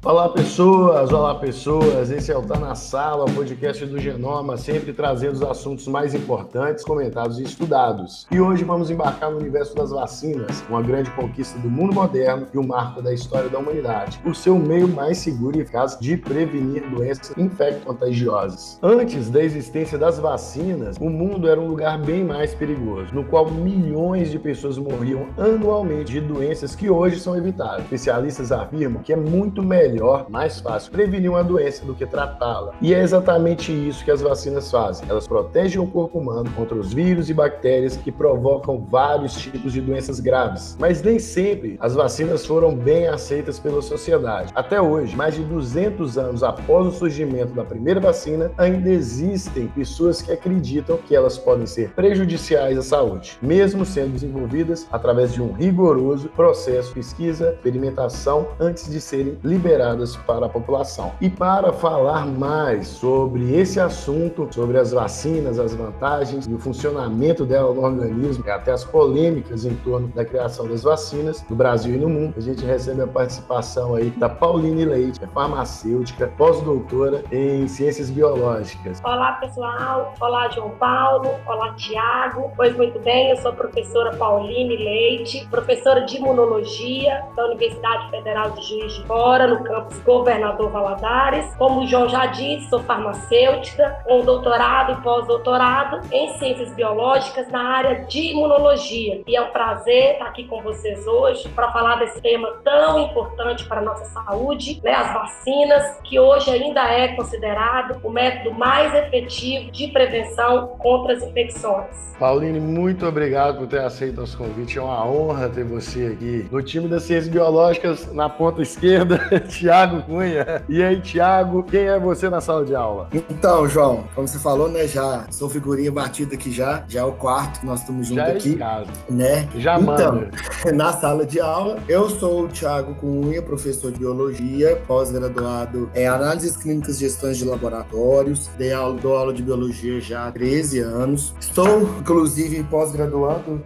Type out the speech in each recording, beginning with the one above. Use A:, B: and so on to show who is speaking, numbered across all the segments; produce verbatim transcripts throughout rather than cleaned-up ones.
A: Olá pessoas, olá pessoas, esse é o Tá Na Sala, o podcast do Genoma, sempre trazendo os assuntos mais importantes, comentados e estudados. E hoje vamos embarcar no universo das vacinas, uma grande conquista do mundo moderno e um marco da história da humanidade, o seu meio mais seguro e eficaz de prevenir doenças infecto-contagiosas. Antes da existência das vacinas, o mundo era um lugar bem mais perigoso, no qual milhões de pessoas morriam anualmente de doenças que hoje são evitáveis. Especialistas afirmam que é muito melhor Melhor, mais fácil prevenir uma doença do que tratá-la. E é exatamente isso que as vacinas fazem. Elas protegem o corpo humano contra os vírus e bactérias que provocam vários tipos de doenças graves. Mas nem sempre as vacinas foram bem aceitas pela sociedade. Até hoje, mais de duzentos anos após o surgimento da primeira vacina, ainda existem pessoas que acreditam que elas podem ser prejudiciais à saúde, mesmo sendo desenvolvidas através de um rigoroso processo de pesquisa, experimentação, antes de serem liberadas para a população. E para falar mais sobre esse assunto, sobre as vacinas, as vantagens e o funcionamento dela no organismo, e até as polêmicas em torno da criação das vacinas no Brasil e no mundo, a gente recebe a participação aí da Pauline Leite, é farmacêutica, pós-doutora em Ciências Biológicas.
B: Olá, pessoal. Olá, João Paulo. Olá, Tiago. Pois muito bem, eu sou a professora Pauline Leite, professora de Imunologia da Universidade Federal de Juiz de Fora, no campus Governador Valadares. Como o João já disse, sou farmacêutica, com doutorado e pós-doutorado em Ciências Biológicas na área de Imunologia. E é um prazer estar aqui com vocês hoje para falar desse tema tão importante para a nossa saúde, né, as vacinas, que hoje ainda é considerado o método mais efetivo de prevenção contra as infecções.
A: Pauline, muito obrigado por ter aceito nosso convite. É uma honra ter você aqui no time das Ciências Biológicas, na ponta esquerda, Tiago Cunha. E aí, Tiago, quem é você na sala de aula?
C: Então, João, como você falou, né, já sou figurinha batida aqui já, já é o quarto que nós estamos juntos
A: já
C: aqui,
A: é casa.
C: né?
A: Já
C: então,
A: manda.
C: Na sala de aula, eu sou o Tiago Cunha, professor de Biologia, pós-graduado em Análises Clínicas e Gestões de Laboratórios, dei aula, dou aula de Biologia já há treze anos, estou, inclusive, pós-graduando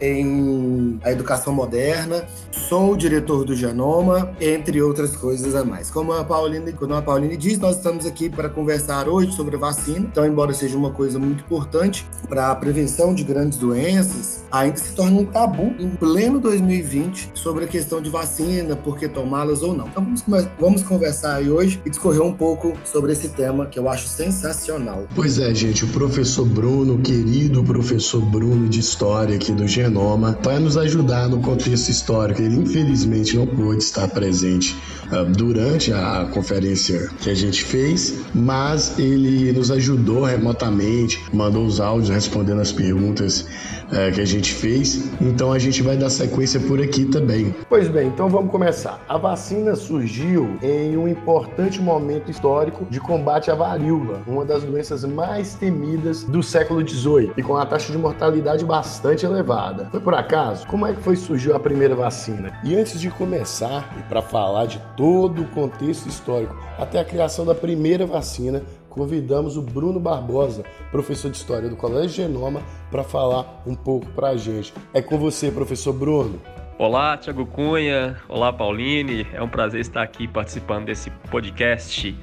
C: em Educação Moderna, sou o diretor do Genoma, entre outras coisas a mais. Como a Pauline, como a Pauline diz, nós estamos aqui para conversar hoje sobre a vacina. Então, embora seja uma coisa muito importante para a prevenção de grandes doenças, ainda se torna um tabu em pleno dois mil e vinte sobre a questão de vacina, por que tomá-las ou não. Então, vamos, vamos conversar aí hoje e discorrer um pouco sobre esse tema que eu acho sensacional.
A: Pois é, gente, o professor Bruno, o querido professor Bruno de História aqui do Genoma, vai nos ajudar no contexto histórico. Ele, infelizmente, não pôde estar presente uh, durante a conferência que a gente fez, mas ele nos ajudou remotamente, mandou os áudios respondendo as perguntas uh, que a gente fez, então a gente vai dar sequência por aqui também. Pois bem, então vamos começar. A vacina surgiu em um importante momento histórico de combate à varíola, uma das doenças mais temidas do século dezoito e com a taxa de mortalidade bastante elevada. Foi por acaso? Como é que foi surgiu a primeira vacina? E antes de começar, e para falar de todo o contexto histórico até a criação da primeira vacina, convidamos o Bruno Barbosa, professor de História do Colégio Genoma, para falar um pouco para a gente. É com você, professor Bruno.
D: Olá, Tiago Cunha. Olá, Pauline. É um prazer estar aqui participando desse podcast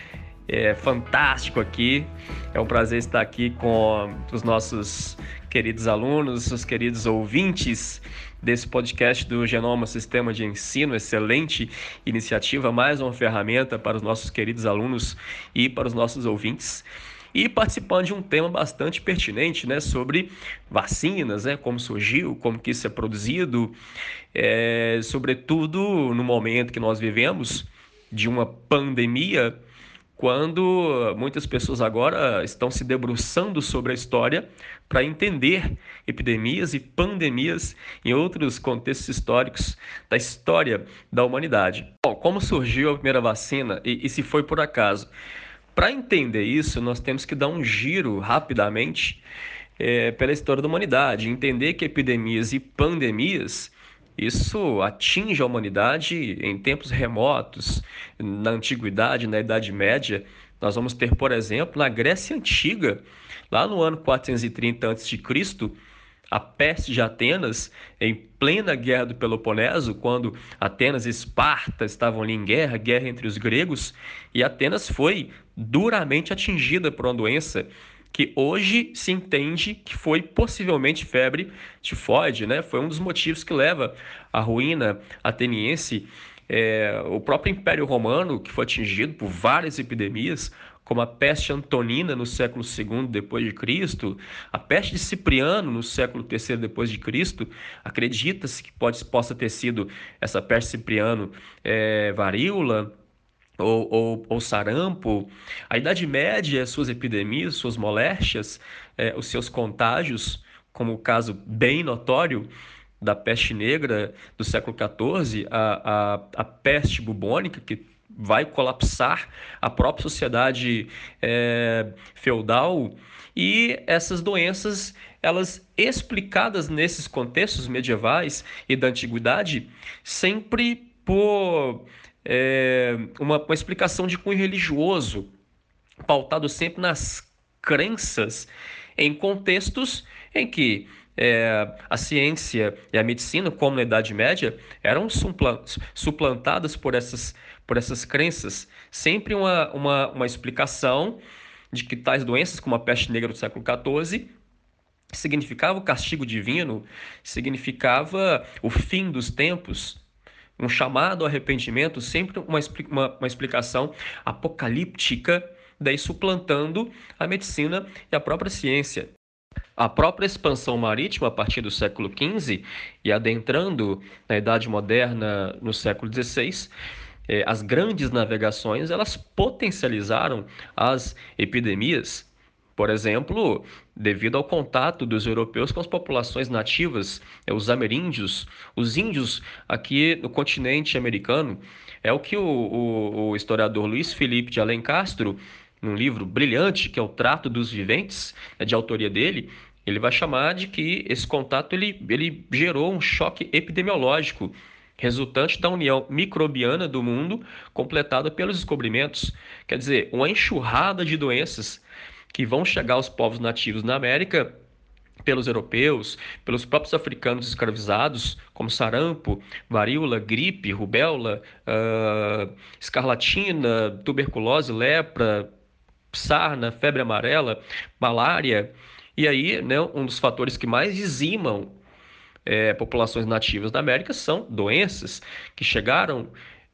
D: é, fantástico aqui. É um prazer estar aqui com os nossos queridos alunos, os queridos ouvintes desse podcast do Genoma Sistema de Ensino. Excelente iniciativa, mais uma ferramenta para os nossos queridos alunos e para os nossos ouvintes. E participando de um tema bastante pertinente, né, sobre vacinas, né, como surgiu, como que isso é produzido, é, sobretudo no momento que nós vivemos de uma pandemia, quando muitas pessoas agora estão se debruçando sobre a história para entender epidemias e pandemias em outros contextos históricos da história da humanidade. Bom, como surgiu a primeira vacina e, e se foi por acaso? Para entender isso, nós temos que dar um giro rapidamente é, pela história da humanidade, entender que epidemias e pandemias, isso atinge a humanidade em tempos remotos, na Antiguidade, na Idade Média. Nós vamos ter, por exemplo, na Grécia Antiga, lá no ano quatrocentos e trinta antes de Cristo, a peste de Atenas, em plena guerra do Peloponeso, quando Atenas e Esparta estavam ali em guerra, guerra entre os gregos, e Atenas foi duramente atingida por uma doença que hoje se entende que foi possivelmente febre tifoide, né? Foi um dos motivos que leva à ruína ateniense. É, o próprio Império Romano, que foi atingido por várias epidemias, como a peste antonina no século segundo depois de Cristo, a peste de Cipriano no século terceiro depois de Cristo, acredita-se que pode, possa ter sido essa peste Cipriano é, varíola, Ou, ou, ou sarampo. A Idade Média, suas epidemias, suas moléstias, eh, os seus contágios, como o caso bem notório da peste negra do século quatorze, a, a, a peste bubônica, que vai colapsar a própria sociedade eh, feudal, e essas doenças, elas explicadas nesses contextos medievais e da antiguidade, sempre por é, uma, uma explicação de cunho religioso, pautado sempre nas crenças, em contextos em que é, a ciência e a medicina, como na Idade Média, eram suplantadas por essas, por essas crenças. Sempre uma, uma, uma explicação de que tais doenças, como a peste negra do século quatorze, significava o castigo divino, significava o fim dos tempos, um chamado ao arrependimento, sempre uma, uma, uma explicação apocalíptica, daí suplantando a medicina e a própria ciência. A própria expansão marítima a partir do século quinze e adentrando na Idade Moderna no século dezesseis, eh, as grandes navegações, elas potencializaram as epidemias. Por exemplo, devido ao contato dos europeus com as populações nativas, os ameríndios, os índios aqui no continente americano, é o que o, o, o historiador Luiz Felipe de Alencastro, num livro brilhante que é o Trato dos Viventes, de autoria dele, ele vai chamar de que esse contato ele, ele gerou um choque epidemiológico, resultante da união microbiana do mundo, completada pelos descobrimentos. Quer dizer, uma enxurrada de doenças que vão chegar aos povos nativos na América pelos europeus, pelos próprios africanos escravizados, como sarampo, varíola, gripe, rubéola, uh, escarlatina, tuberculose, lepra, sarna, febre amarela, malária. E aí, né, um dos fatores que mais dizimam é, populações nativas da América são doenças que chegaram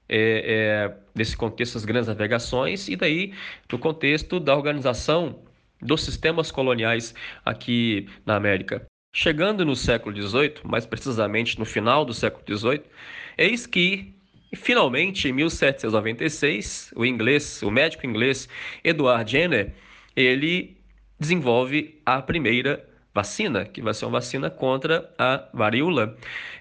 D: é, é, nesse contexto das grandes navegações e daí no contexto da organização dos sistemas coloniais aqui na América. Chegando no século dezoito, mais precisamente no final do século dezoito, eis que, finalmente, em mil setecentos e noventa e seis, o inglês, o médico inglês Edward Jenner, ele desenvolve a primeira vacina, que vai ser uma vacina contra a varíola.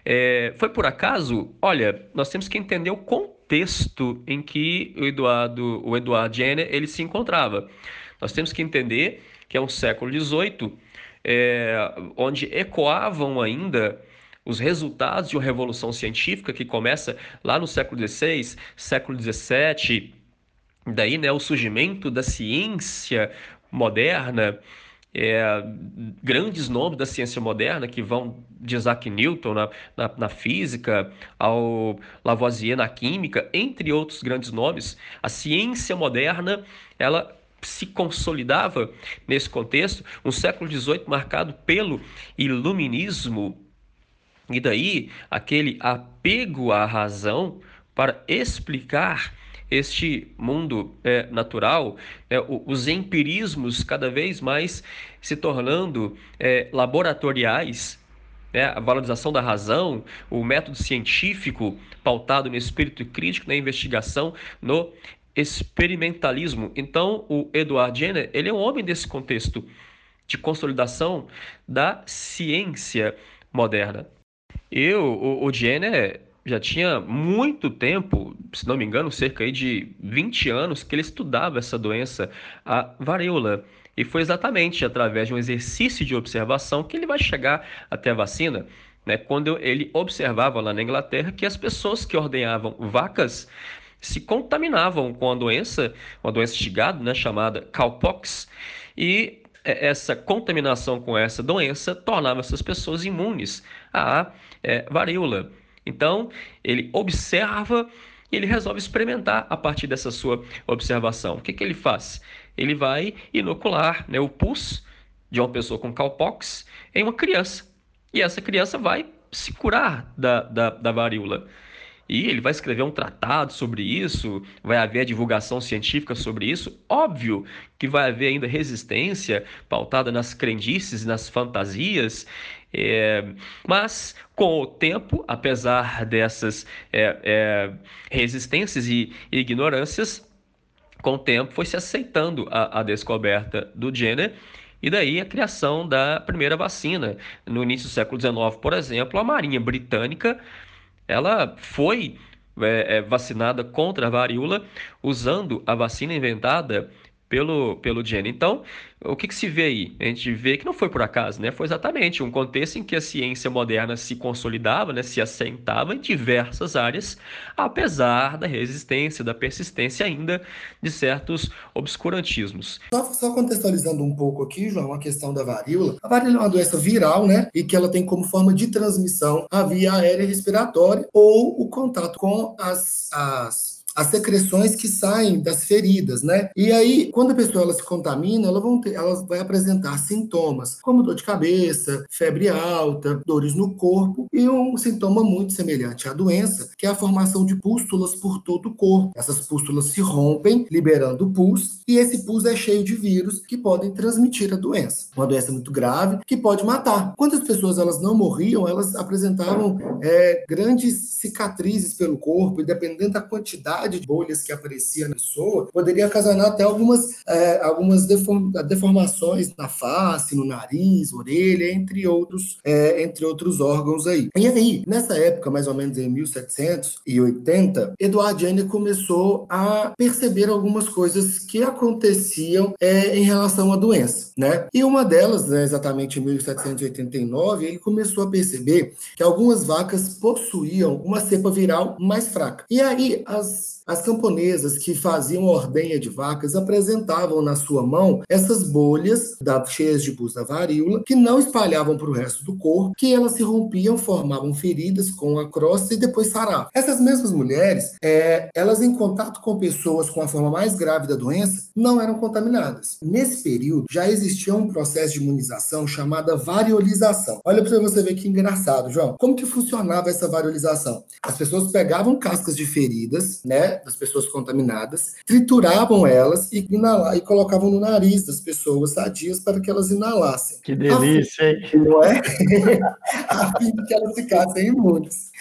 D: É, foi por acaso? Olha, nós temos que entender o contexto em que o Eduardo, o Edward Jenner ele se encontrava. Nós temos que entender que é um século dezoito, é, onde ecoavam ainda os resultados de uma revolução científica que começa lá no século dezesseis, século dezessete, daí, né, o surgimento da ciência moderna, é, grandes nomes da ciência moderna que vão de Isaac Newton na, na, na física, ao Lavoisier na química, entre outros grandes nomes. A ciência moderna, ela se consolidava nesse contexto, um século dezoito marcado pelo iluminismo, e daí aquele apego à razão para explicar este mundo é, natural, é, os empirismos cada vez mais se tornando é, laboratoriais, né? A valorização da razão, o método científico pautado no espírito crítico, na investigação, no experimentalismo. Então, o Edward Jenner, ele é um homem desse contexto de consolidação da ciência moderna. E o, o Jenner já tinha muito tempo, se não me engano, cerca aí de vinte anos, que ele estudava essa doença, a varíola. E foi exatamente através de um exercício de observação que ele vai chegar até a vacina, né? Quando ele observava lá na Inglaterra que as pessoas que ordenhavam vacas se contaminavam com a doença, uma doença de gado, né, chamada cowpox, e essa contaminação com essa doença tornava essas pessoas imunes à é, varíola. Então, ele observa e ele resolve experimentar a partir dessa sua observação. O que, que ele faz? Ele vai inocular, né, o pus de uma pessoa com cowpox em uma criança. E essa criança vai se curar da, da, da varíola. E ele vai escrever um tratado sobre isso, vai haver a divulgação científica sobre isso. Óbvio que vai haver ainda resistência pautada nas crendices e nas fantasias, é, mas com o tempo, apesar dessas é, é, resistências e ignorâncias, com o tempo foi se aceitando a, a descoberta do Jenner. E daí a criação da primeira vacina. No início do século dezenove, por exemplo, a Marinha Britânica ela foi é, é, vacinada contra a varíola usando a vacina inventada pelo, pelo Jenner. Então, o que, que se vê aí? A gente vê que não foi por acaso, né? Foi exatamente um contexto em que a ciência moderna se consolidava, né? Se assentava em diversas áreas, apesar da resistência, da persistência ainda de certos obscurantismos.
C: Só, só contextualizando um pouco aqui, João, a questão da varíola. A varíola é uma doença viral, né? E que ela tem como forma de transmissão a via aérea respiratória ou o contato com as... as as secreções que saem das feridas, né? E aí, quando a pessoa ela se contamina, ela, vão ter, ela vai apresentar sintomas como dor de cabeça, febre alta, dores no corpo e um sintoma muito semelhante à doença, que é a formação de pústulas por todo o corpo. Essas pústulas se rompem, liberando pus, e esse pus é cheio de vírus que podem transmitir a doença. Uma doença muito grave que pode matar. Quando as pessoas elas não morriam, elas apresentavam é, grandes cicatrizes pelo corpo, e dependendo da quantidade de bolhas que aparecia na pessoa, poderia ocasionar até algumas, é, algumas deform, deformações na face, no nariz, orelha, entre outros, é, entre outros órgãos aí. E aí, nessa época, mais ou menos em mil setecentos e oitenta, Edward Jenner começou a perceber algumas coisas que aconteciam é, em relação à doença, né? E uma delas, né, exatamente em mil setecentos e oitenta e nove, ele começou a perceber que algumas vacas possuíam uma cepa viral mais fraca. E aí, as As camponesas que faziam ordenha de vacas apresentavam na sua mão essas bolhas da, cheias de pus da varíola, que não espalhavam para o resto do corpo, que elas se rompiam, formavam feridas com a crosta e depois saravam. Essas mesmas mulheres, é, elas em contato com pessoas com a forma mais grave da doença, não eram contaminadas. Nesse período, já existia um processo de imunização chamada variolização. Olha para você ver que engraçado, João. Como que funcionava essa variolização? As pessoas pegavam cascas de feridas, né, das pessoas contaminadas, trituravam elas e, inalavam, e colocavam no nariz das pessoas sadias para que elas inalassem.
A: Que delícia, hein?
C: Não é? A fim de que elas ficassem imunes.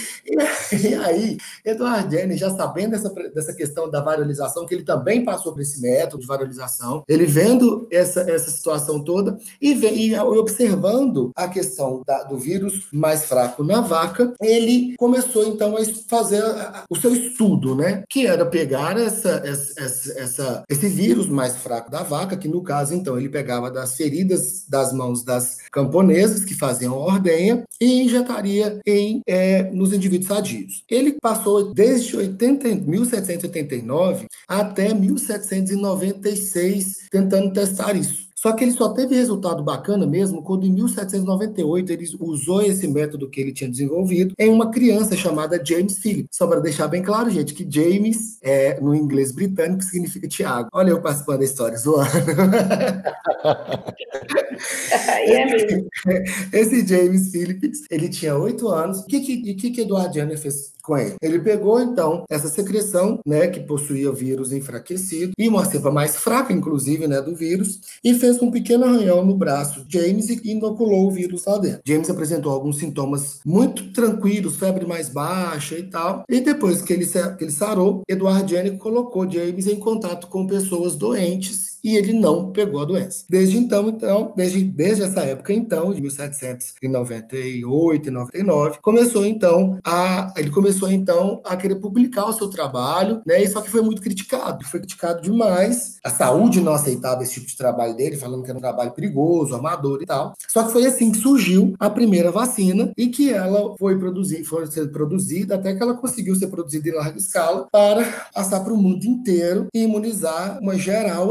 C: E aí, Edward Jenner, já sabendo dessa, dessa questão da variolização, que ele também passou por esse método de variolização, ele vendo essa, essa situação toda e, vem, e observando a questão da, do vírus mais fraco na vaca, ele começou então a fazer a, a, o seu estudo, né? Que era pegar essa, essa, essa, essa, esse vírus mais fraco da vaca, que no caso, então, ele pegava das feridas das mãos das camponesas que faziam a ordenha e injetaria em, é, nos indivíduos sadios. Ele passou desde oitenta, mil setecentos e oitenta e nove até mil setecentos e noventa e seis tentando testar isso. Só que ele só teve resultado bacana mesmo quando em mil setecentos e noventa e oito ele usou esse método que ele tinha desenvolvido em uma criança chamada James Phillips. Só para deixar bem claro, gente, que James, é, no inglês britânico, significa Tiago. Olha eu participando da história, zoando.
B: É mesmo.
C: Esse James Phillips, ele tinha oito anos. E o que, que, que Edward Jenner fez com ele? Ele pegou, então, essa secreção, né, que possuía vírus enfraquecido, e uma cepa mais fraca, inclusive, né, do vírus, e fez um pequeno arranhão no braço de James e inoculou o vírus lá dentro. James apresentou alguns sintomas muito tranquilos, febre mais baixa e tal, e depois que ele, que ele sarou, Edward Jenner colocou James em contato com pessoas doentes e ele não pegou a doença. Desde então, então desde, desde essa época, então, de mil setecentos e noventa e oito e noventa e nove, começou, então, a, ele começou, então, a querer publicar o seu trabalho, né, e só que foi muito criticado, foi criticado demais, a saúde não aceitava esse tipo de trabalho dele, falando que era um trabalho perigoso, amador e tal, só que foi assim que surgiu a primeira vacina e que ela foi, produzir, foi ser produzida até que ela conseguiu ser produzida em larga escala para passar para o mundo inteiro e imunizar uma geral aí, né?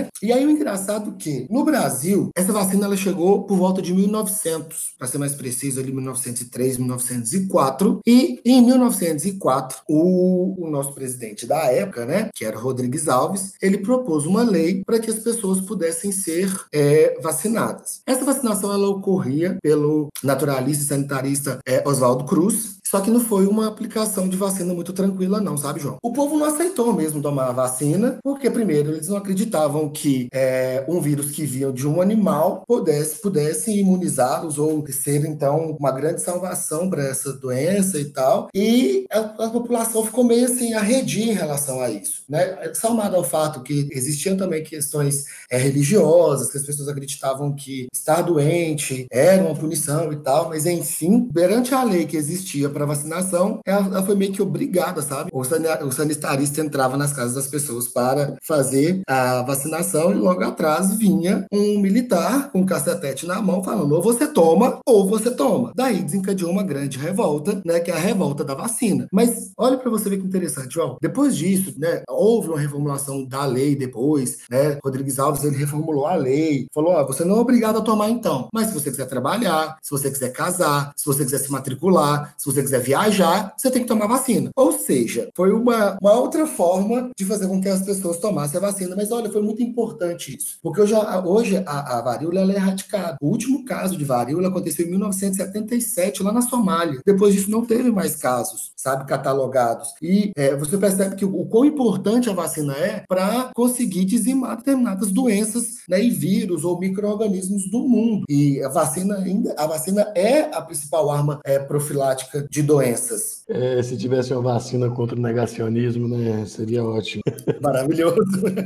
C: né? E aí o engraçado é que, no Brasil, essa vacina ela chegou por volta de mil e novecentos, para ser mais preciso, ali mil novecentos e três, mil novecentos e quatro. E em mil novecentos e quatro, o, o nosso presidente da época, né, que era Rodrigues Alves, ele propôs uma lei para que as pessoas pudessem ser é, vacinadas. Essa vacinação ela ocorria pelo naturalista e sanitarista é, Oswaldo Cruz. Só que não foi uma aplicação de vacina muito tranquila não, sabe, João? O povo não aceitou mesmo tomar a vacina, porque primeiro eles não acreditavam que é, um vírus que vinha de um animal pudesse, pudesse imunizá-los ou ser, então, uma grande salvação para essa doença e tal. E a, a população ficou meio assim, arredia em relação a isso, né? Somado ao fato que existiam também questões é, religiosas, que as pessoas acreditavam que estar doente era uma punição e tal, mas enfim, perante a lei que existia para vacinação, ela foi meio que obrigada, sabe? O sanitarista entrava nas casas das pessoas para fazer a vacinação e logo atrás vinha um militar com um cacetete na mão falando ou você toma ou você toma. Daí desencadeou uma grande revolta, né? Que é a revolta da vacina. Mas olha para você ver que interessante, João. Depois disso, né? Houve uma reformulação da lei depois, né? Rodrigues Alves, ele reformulou a lei, falou, ó, você não é obrigado a tomar então, mas se você quiser trabalhar, se você quiser casar, se você quiser se matricular, se você quiser viajar, você tem que tomar vacina. Ou seja, foi uma, uma outra forma de fazer com que as pessoas tomassem a vacina. Mas olha, foi muito importante isso. Porque hoje, hoje a, a varíola ela é erradicada. O último caso de varíola aconteceu em mil novecentos e setenta e sete, lá na Somália. Depois disso não teve mais casos, sabe, catalogados. E é, você percebe que o, o quão importante a vacina é para conseguir dizimar determinadas doenças, né, e vírus ou micro-organismos do mundo. E a vacina ainda, a vacina é a principal arma é, profilática de doenças.
A: É, se tivesse uma vacina contra o negacionismo, né, seria ótimo.
C: Maravilhoso.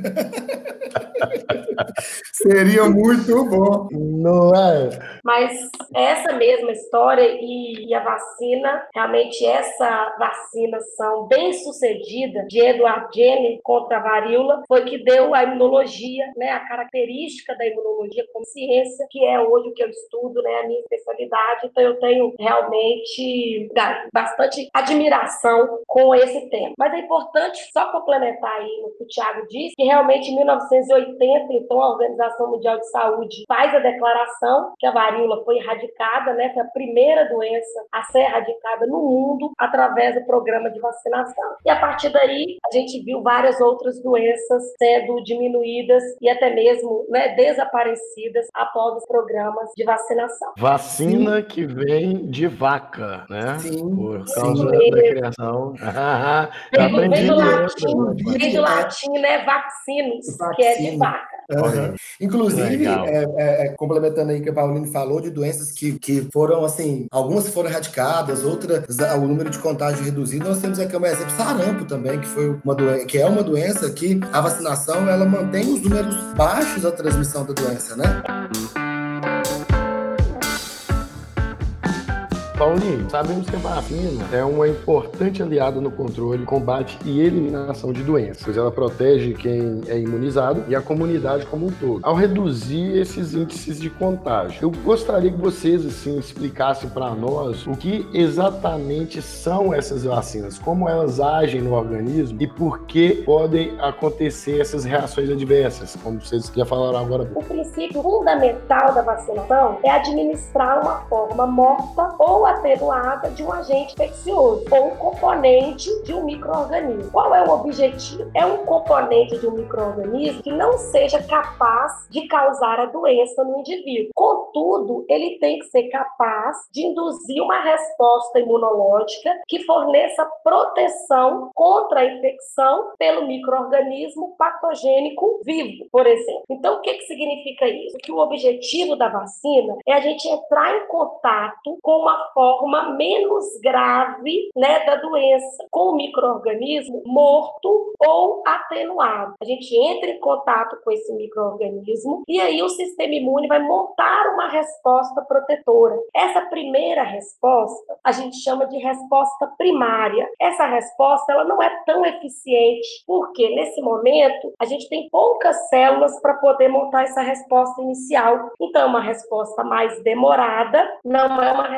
C: Seria muito bom.
A: Não é?
B: Mas essa mesma história e, e a vacina, realmente essa vacinação bem sucedida de Edward Jenner contra a varíola foi que deu a imunologia, né, a característica da imunologia como ciência, que é hoje o que eu estudo, né, a minha especialidade. Então eu tenho realmente bastante admiração com esse tema. Mas é importante só complementar aí no que o Thiago disse, que realmente em mil novecentos e oitenta, então, a Organização Mundial de Saúde faz a declaração que a varíola foi erradicada, né, foi a primeira doença a ser erradicada no mundo através do programa de vacinação. E a partir daí, a gente viu várias outras doenças sendo diminuídas e até mesmo, né, desaparecidas após os programas de vacinação.
A: Vacina
C: Sim.
A: que vem de vaca, né?
C: Sim,
A: Por
C: sim.
A: causa da criação.
B: Vem do, vem
A: Aprendi
B: do
A: mesmo.
B: latim, vem do latim, né, vaccinus, que é de vaca.
C: Uhum. Inclusive,
A: Legal.
C: é, é, é, complementando aí o que a Pauline falou de doenças que, que foram, assim, algumas foram erradicadas, outras, o número de contágio reduzido. Nós temos aqui, por exemplo, sarampo também, que, foi uma doença, que é uma doença que a vacinação, ela mantém os números baixos da transmissão da doença, né?
A: Paulinho, sabemos que a vacina é uma importante aliada no controle, combate e eliminação de doenças, pois ela protege quem é imunizado e a comunidade como um todo. Ao reduzir esses índices de contágio, eu gostaria que vocês, assim, explicassem para nós o que exatamente são essas vacinas, como elas agem no organismo e por que podem acontecer essas reações adversas, como vocês já falaram agora.
B: O princípio fundamental da vacinação é administrar uma forma morta ou atenuada de um agente infeccioso ou um componente de um micro-organismo. Qual é o objetivo? É um componente de um micro-organismo que não seja capaz de causar a doença no indivíduo. Contudo, ele tem que ser capaz de induzir uma resposta imunológica que forneça proteção contra a infecção pelo micro-organismo patogênico vivo, por exemplo. Então, o que, que significa isso? Que o objetivo da vacina é a gente entrar em contato com uma forma menos grave, né, da doença, com o micro-organismo morto ou atenuado. A gente entra em contato com esse micro-organismo e aí o sistema imune vai montar uma resposta protetora. Essa primeira resposta a gente chama de resposta primária. Essa resposta ela não é tão eficiente porque nesse momento a gente tem poucas células para poder montar essa resposta inicial. Então é uma resposta mais demorada, não é uma resposta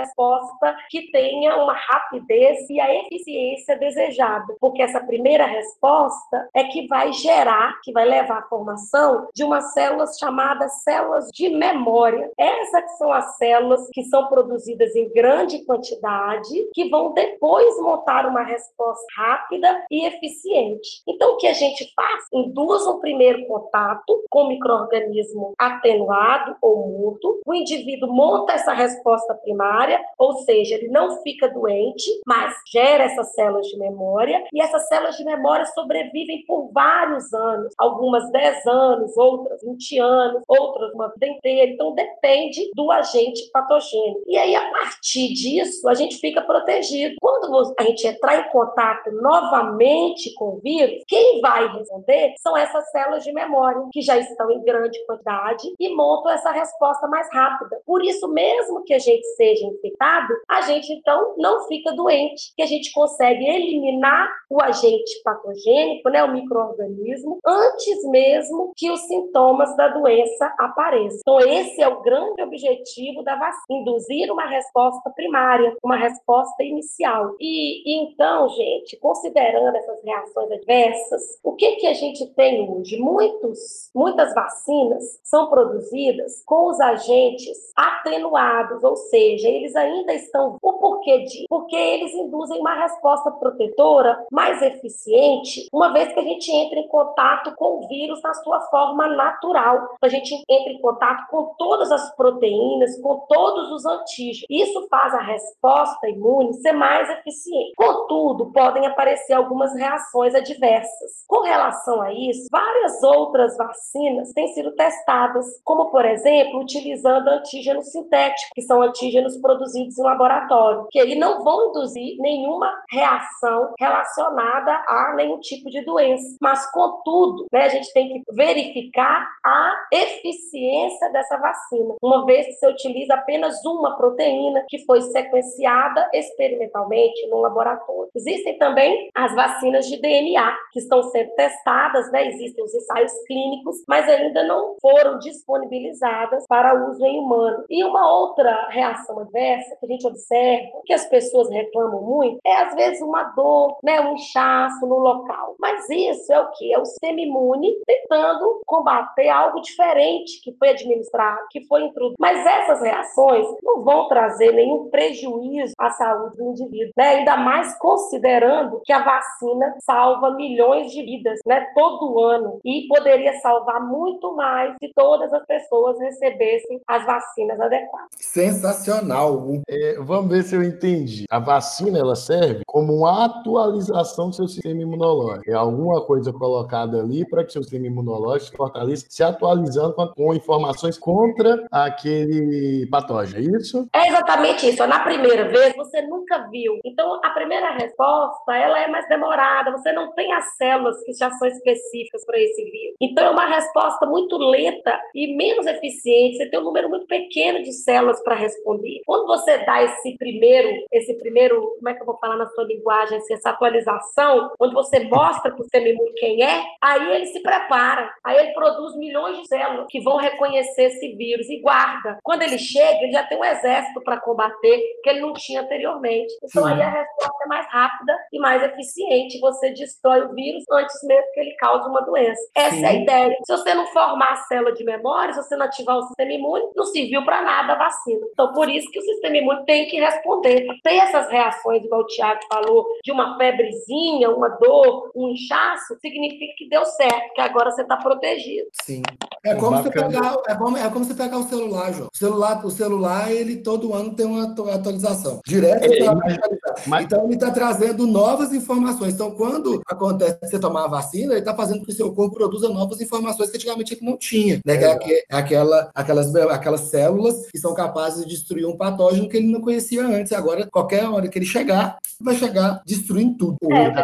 B: resposta que tenha uma rapidez e a eficiência desejada, porque essa primeira resposta é que vai gerar, que vai levar à formação de umas células chamadas células de memória. Essas são as células que são produzidas em grande quantidade, que vão depois montar uma resposta rápida e eficiente. Então, o que a gente faz? Induz um primeiro contato com o micro-organismo atenuado ou morto, o indivíduo monta essa resposta primária, ou seja, ele não fica doente, mas gera essas células de memória, e essas células de memória sobrevivem por vários anos, algumas dez anos, outras vinte anos, outras uma vida inteira. Então, depende do agente patogênico. E aí, a partir disso, a gente fica protegido. Quando a gente entrar em contato novamente com o vírus, quem vai responder são essas células de memória, que já estão em grande quantidade e montam essa resposta mais rápida. Por isso, mesmo que a gente seja infectado, a gente, então, não fica doente, que a gente consegue eliminar o agente patogênico, né, o micro-organismo, antes mesmo que os sintomas da doença apareçam. Então, esse é o grande objetivo da vacina, induzir uma resposta primária, uma resposta inicial. E, e então, gente, considerando essas reações adversas, o que, que a gente tem hoje? Muitos, muitas vacinas são produzidas com os agentes atenuados, ou seja, eles ainda estão... O porquê disso? Porque eles induzem uma resposta protetora mais eficiente, uma vez que a gente entra em contato com o vírus na sua forma natural. A gente entra em contato com todas as proteínas, com todos os antígenos. Isso faz a resposta imune ser mais eficiente. Contudo, podem aparecer algumas reações adversas. Com relação a isso, várias outras vacinas têm sido testadas, como, por exemplo, utilizando antígenos sintéticos, que são antígenos produzidos em laboratório, que aí não vão induzir nenhuma reação relacionada a nenhum tipo de doença. Mas, contudo, né, a gente tem que verificar a eficiência dessa vacina, uma vez que você utiliza apenas uma proteína que foi sequenciada experimentalmente no laboratório. Existem também as vacinas de D N A, que estão sendo testadas, né? Existem os ensaios clínicos, mas ainda não foram disponibilizadas para uso em humano. E uma outra reação adversa que a gente observa, que as pessoas reclamam muito, é às vezes uma dor, né? Um inchaço no local. Mas isso é o que? É o sistema imune tentando combater algo diferente que foi administrado, que foi introduzido. Mas essas reações não vão trazer nenhum prejuízo à saúde do indivíduo, né? Ainda mais considerando que a vacina salva milhões de vidas, né? Todo ano, e poderia salvar muito mais se todas as pessoas recebessem as vacinas adequadas.
C: Sensacional!
A: É, vamos ver se eu entendi. A vacina, ela serve como uma atualização do seu sistema imunológico. É alguma coisa colocada ali para que o seu sistema imunológico se fortaleça, se atualizando com, com informações contra aquele patógeno, é isso?
B: É exatamente isso. Na primeira vez, você nunca viu. Então, a primeira resposta, ela é mais demorada. Você não tem as células que já são específicas para esse vírus. Então, é uma resposta muito lenta e menos eficiente. Você tem um número muito pequeno de células para responder. Quando você dá esse primeiro, esse primeiro, como é que eu vou falar na sua linguagem, essa atualização, onde você mostra para o sistema imune quem é, aí ele se prepara. Aí ele produz milhões de células que vão reconhecer esse vírus e guarda. Quando ele chega, ele já tem um exército para combater que ele não tinha anteriormente. Então, Sim. aí a resposta é mais rápida e mais eficiente. Você destrói o vírus antes mesmo que ele cause uma doença. Essa Sim. é a ideia. Se você não formar a célula de memória, se você não ativar o sistema imune, não serviu para nada a vacina. Então, por isso que o sistema imune tem que responder. Ter essas reações, igual o Tiago falou, de uma febrezinha, uma dor, um inchaço, significa que deu certo, que agora você está protegido.
C: Sim. É como, você pegar, é, como, é como você pegar o celular, João. O celular, o celular, ele todo ano tem uma atualização. Direto, é, mas, mas... Então, ele está trazendo novas informações. Então, quando acontece você tomar a vacina, ele está fazendo com que o seu corpo produza novas informações que antigamente ele não tinha. Né? É. Que é aquela, aquelas, aquelas células que são capazes de destruir um patógeno que ele não conhecia antes. Agora, qualquer hora que ele chegar, vai chegar destruindo tudo.
B: É, tá?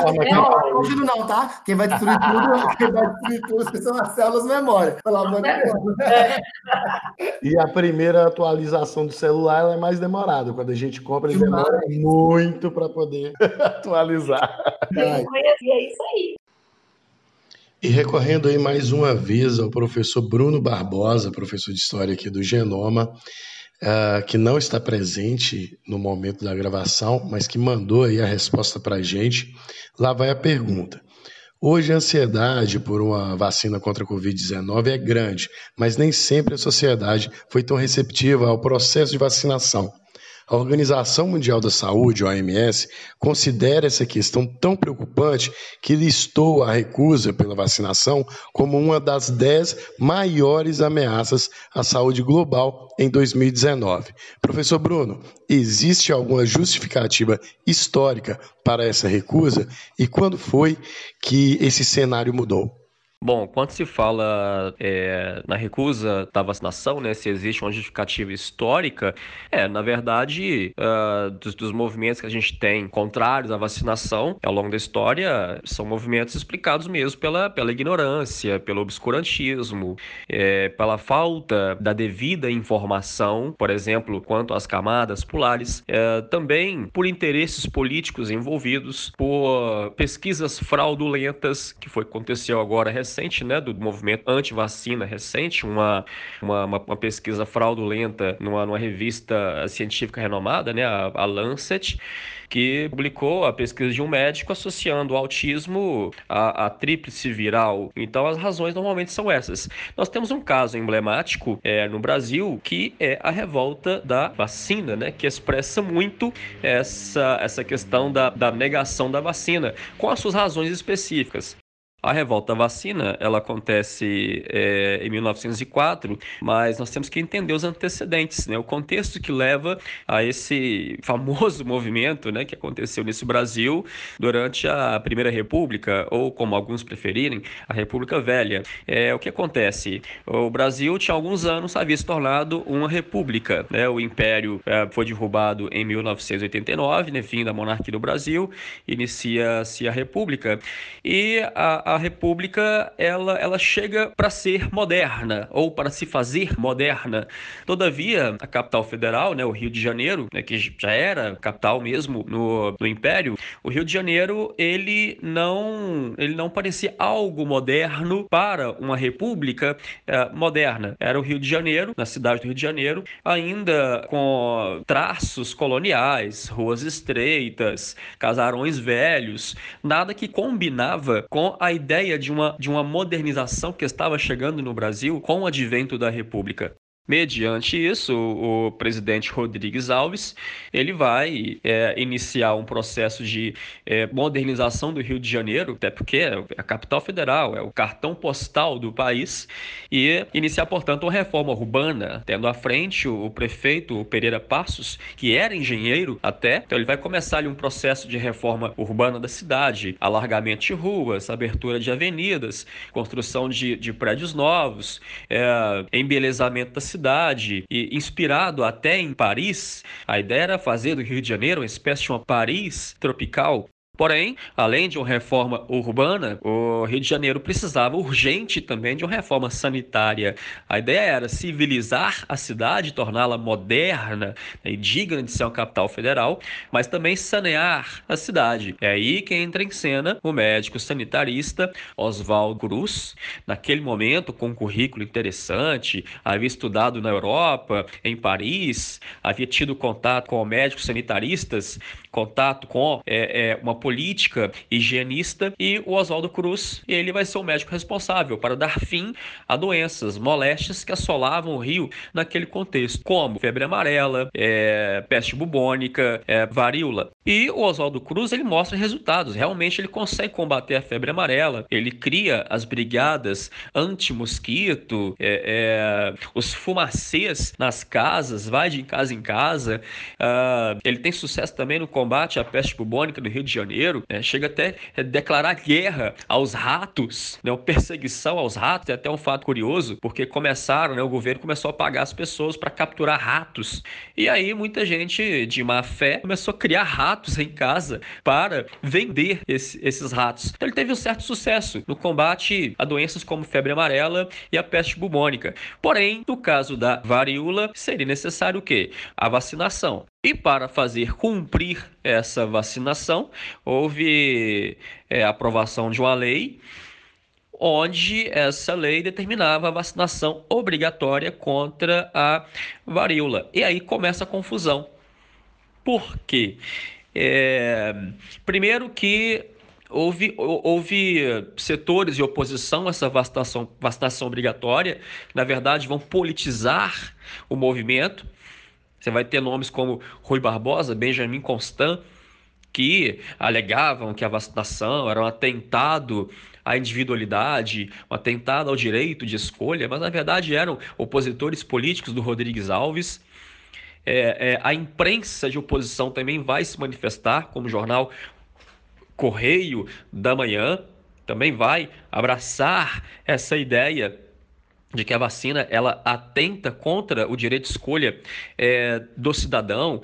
C: Não, não, não, não, tá? Quem vai destruir tudo, quem vai destruir tudo são as células memória. Pelo amor de Deus.
A: É. E a primeira atualização do celular ela é mais demorada. Quando a gente compra, ele demora muito para poder atualizar.
B: Eu conheci, é isso aí.
A: E recorrendo aí mais uma vez ao professor Bruno Barbosa, professor de História aqui do Genoma, uh, que não está presente no momento da gravação, mas que mandou aí a resposta para a gente. Lá vai a pergunta. Hoje a ansiedade por uma vacina contra a covid dezenove é grande, mas nem sempre a sociedade foi tão receptiva ao processo de vacinação. A Organização Mundial da Saúde, a O M S, considera essa questão tão preocupante que listou a recusa pela vacinação como uma das dez maiores ameaças à saúde global em dois mil e dezenove. Professor Bruno, existe alguma justificativa histórica para essa recusa e quando foi que esse cenário mudou?
D: Bom, quando se fala é, na recusa da vacinação, né, se existe uma justificativa histórica, é, na verdade, uh, dos, dos movimentos que a gente tem contrários à vacinação ao longo da história, são movimentos explicados mesmo pela, pela ignorância, pelo obscurantismo, é, pela falta da devida informação, por exemplo, quanto às camadas polares, é, também por interesses políticos envolvidos, por pesquisas fraudulentas, que foi o que aconteceu agora recentemente, recente, né, do movimento anti-vacina recente, uma, uma, uma pesquisa fraudulenta numa, numa revista científica renomada, né, a, a Lancet, que publicou a pesquisa de um médico associando o autismo à, à tríplice viral. Então, as razões normalmente são essas. Nós temos um caso emblemático é, no Brasil, que é a revolta da vacina, né, que expressa muito essa, essa questão da, da negação da vacina, com as suas razões específicas. A revolta da vacina, ela acontece é, em mil novecentos e quatro, mas nós temos que entender os antecedentes, né? O contexto que leva a esse famoso movimento, né, que aconteceu nesse Brasil durante a Primeira República, ou como alguns preferirem, a República Velha. É, o que acontece? O Brasil tinha alguns anos havia se tornado uma república, né? O Império é, foi derrubado em mil novecentos e oitenta e nove, né, fim da monarquia do Brasil, inicia-se a República, e a A República, ela, ela chega para ser moderna, ou para se fazer moderna. Todavia, a capital federal, né, o Rio de Janeiro, né, que já era capital mesmo no, no Império, o Rio de Janeiro, ele não, ele não parecia algo moderno para uma república eh, moderna. Era o Rio de Janeiro, na cidade do Rio de Janeiro, ainda com traços coloniais, ruas estreitas, casarões velhos, nada que combinava com a ideia de uma, de uma modernização que estava chegando no Brasil com o advento da República. Mediante isso, o, o presidente Rodrigues Alves, ele vai é, iniciar um processo de é, modernização do Rio de Janeiro, até porque é a capital federal, é o cartão postal do país, e iniciar, portanto, uma reforma urbana, tendo à frente o, o prefeito o Pereira Passos, que era engenheiro até, então ele vai começar ali um processo de reforma urbana da cidade, alargamento de ruas, abertura de avenidas, construção de, de prédios novos, é, embelezamento da cidade, cidade, e inspirado até em Paris. A ideia era fazer do Rio de Janeiro uma espécie de uma Paris tropical. Porém, além de uma reforma urbana, o Rio de Janeiro precisava urgente também de uma reforma sanitária. A ideia era civilizar a cidade, torná-la moderna e digna de ser uma capital federal, mas também sanear a cidade. É aí que entra em cena o médico sanitarista Oswaldo Cruz, naquele momento com um currículo interessante, havia estudado na Europa, em Paris, havia tido contato com médicos sanitaristas, contato com é, é, uma política higienista, e o Oswaldo Cruz, ele vai ser o médico responsável para dar fim a doenças, moléstias que assolavam o Rio naquele contexto, como febre amarela, é, peste bubônica, é, varíola. E o Oswaldo Cruz, ele mostra resultados, realmente ele consegue combater a febre amarela, ele cria as brigadas anti-mosquito, é, é, os fumacês nas casas, vai de casa em casa, uh, ele tem sucesso também no combate à peste bubônica do Rio de Janeiro, né? Chega até a declarar guerra aos ratos, né? Perseguição aos ratos. É até um fato curioso, porque começaram, né? O governo começou a pagar as pessoas para capturar ratos, e aí muita gente de má fé começou a criar ratos em casa para vender esse, esses ratos. Então ele teve um certo sucesso no combate a doenças como febre amarela e a peste bubônica. Porém, no caso da varíola, seria necessário o quê? A vacinação. E para fazer cumprir essa vacinação, houve é, a aprovação de uma lei onde essa lei determinava a vacinação obrigatória contra a varíola. E aí começa a confusão. Por quê? É, primeiro que houve, houve setores de oposição a essa vacinação, vacinação obrigatória, que na verdade vão politizar o movimento. Você vai ter nomes como Rui Barbosa, Benjamin Constant, que alegavam que a vacinação era um atentado à individualidade, um atentado ao direito de escolha, mas na verdade eram opositores políticos do Rodrigues Alves. É, é, a imprensa de oposição também vai se manifestar, como o jornal Correio da Manhã, também vai abraçar essa ideia de que a vacina ela atenta contra o direito de escolha é, do cidadão.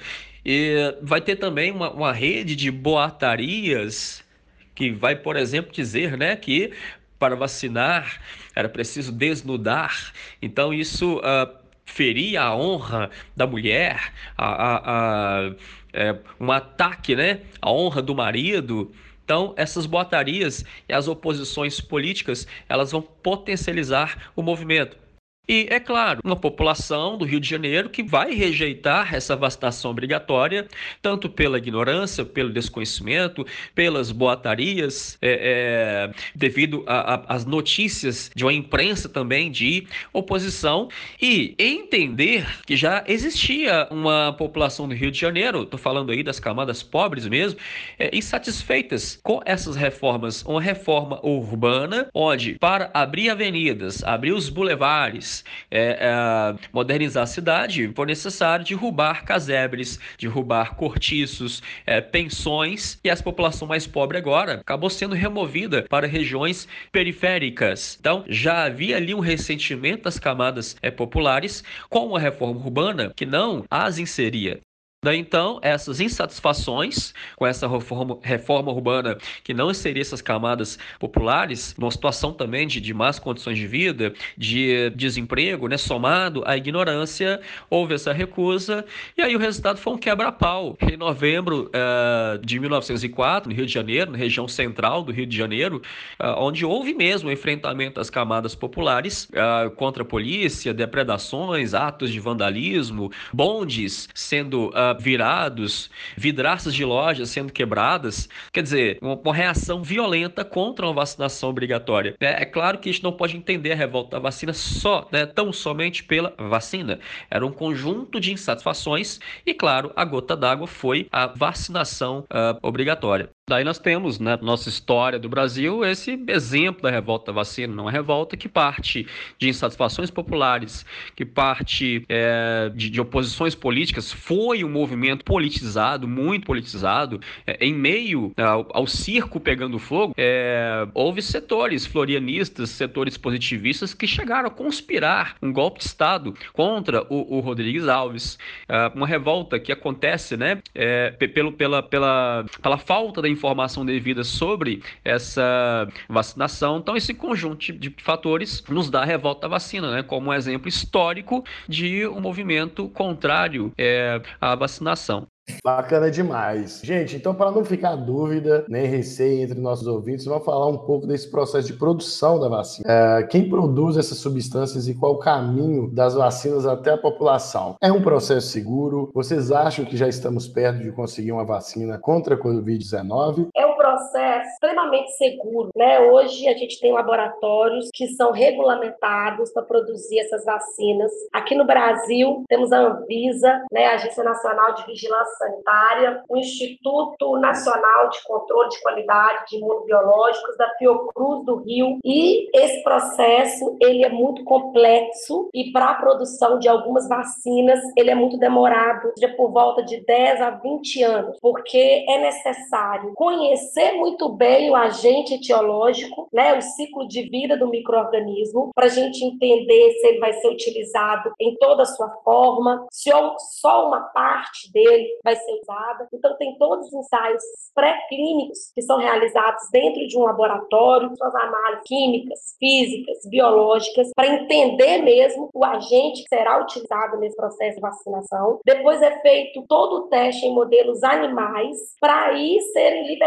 D: E vai ter também uma, uma rede de boatarias que vai, por exemplo, dizer, né, que para vacinar era preciso desnudar. Então isso uh, feria a honra da mulher, a, a, a, é, um ataque, né, à honra do marido. Então, essas boatarias e as oposições políticas, elas vão potencializar o movimento. E, é claro, uma população do Rio de Janeiro que vai rejeitar essa vacinação obrigatória, tanto pela ignorância, pelo desconhecimento, pelas boatarias, é, é, devido às notícias de uma imprensa também de oposição, e entender que já existia uma população do Rio de Janeiro, estou falando aí das camadas pobres mesmo, é, insatisfeitas com essas reformas. Uma reforma urbana, onde para abrir avenidas, abrir os bulevares, É, é, modernizar a cidade, foi necessário derrubar casebres, derrubar cortiços, é, pensões, e essa população mais pobre agora acabou sendo removida para regiões periféricas. Então já havia ali um ressentimento das camadas é, populares com a reforma urbana que não as inseria. Daí então, essas insatisfações com essa reforma, reforma urbana que não inseria essas camadas populares, numa situação também de, de más condições de vida, de desemprego, né, somado à ignorância, houve essa recusa, e aí o resultado foi um quebra-pau. Em novembro uh, de mil novecentos e quatro, no Rio de Janeiro, na região central do Rio de Janeiro, uh, onde houve mesmo o enfrentamento das camadas populares uh, contra a polícia, depredações, atos de vandalismo, bondes sendo uh, virados, vidraças de lojas sendo quebradas, quer dizer, uma, uma reação violenta contra uma vacinação obrigatória. É, é claro que a gente não pode entender a revolta da vacina só, né, tão somente pela vacina. Era um conjunto de insatisfações e, claro, a gota d'água foi a vacinação uh, obrigatória. Daí nós temos, na nossa história do Brasil, esse exemplo da revolta da vacina, uma revolta que parte de insatisfações populares, que parte é, de, de oposições políticas, foi um movimento politizado, muito politizado, é, em meio ao, ao circo pegando fogo, é, houve setores florianistas, setores positivistas que chegaram a conspirar um golpe de Estado contra o, o Rodrigues Alves, é, uma revolta que acontece, né, é, pelo, pela, pela, pela falta da informação devida sobre essa vacinação. Então, esse conjunto de fatores nos dá a revolta da vacina, né, como um exemplo histórico de um movimento contrário é, à vacinação.
A: Bacana demais. Gente, então para não ficar dúvida, nem receio entre nossos ouvintes, vamos falar um pouco desse processo de produção da vacina. É, quem produz essas substâncias e qual o caminho das vacinas até a população? É um processo seguro? Vocês acham que já estamos perto de conseguir uma vacina contra a covid dezenove?
B: É um processo extremamente seguro, né? Hoje a gente tem laboratórios que são regulamentados para produzir essas vacinas. Aqui no Brasil temos a Anvisa, né, a Agência Nacional de Vigilância Sanitária, o Instituto Nacional de Controle de Qualidade de Imunobiológicos da Fiocruz do Rio, e esse processo ele é muito complexo e para a produção de algumas vacinas ele é muito demorado, de por volta de dez a vinte anos, porque é necessário conhecer muito bem o agente etiológico, né, o ciclo de vida do micro-organismo, para a gente entender se ele vai ser utilizado em toda a sua forma, se só uma parte dele vai ser usada. Então, tem todos os ensaios pré-clínicos que são realizados dentro de um laboratório, suas análises químicas, físicas, biológicas, para entender mesmo o agente que será utilizado nesse processo de vacinação. Depois é feito todo o teste em modelos animais, para aí serem liberados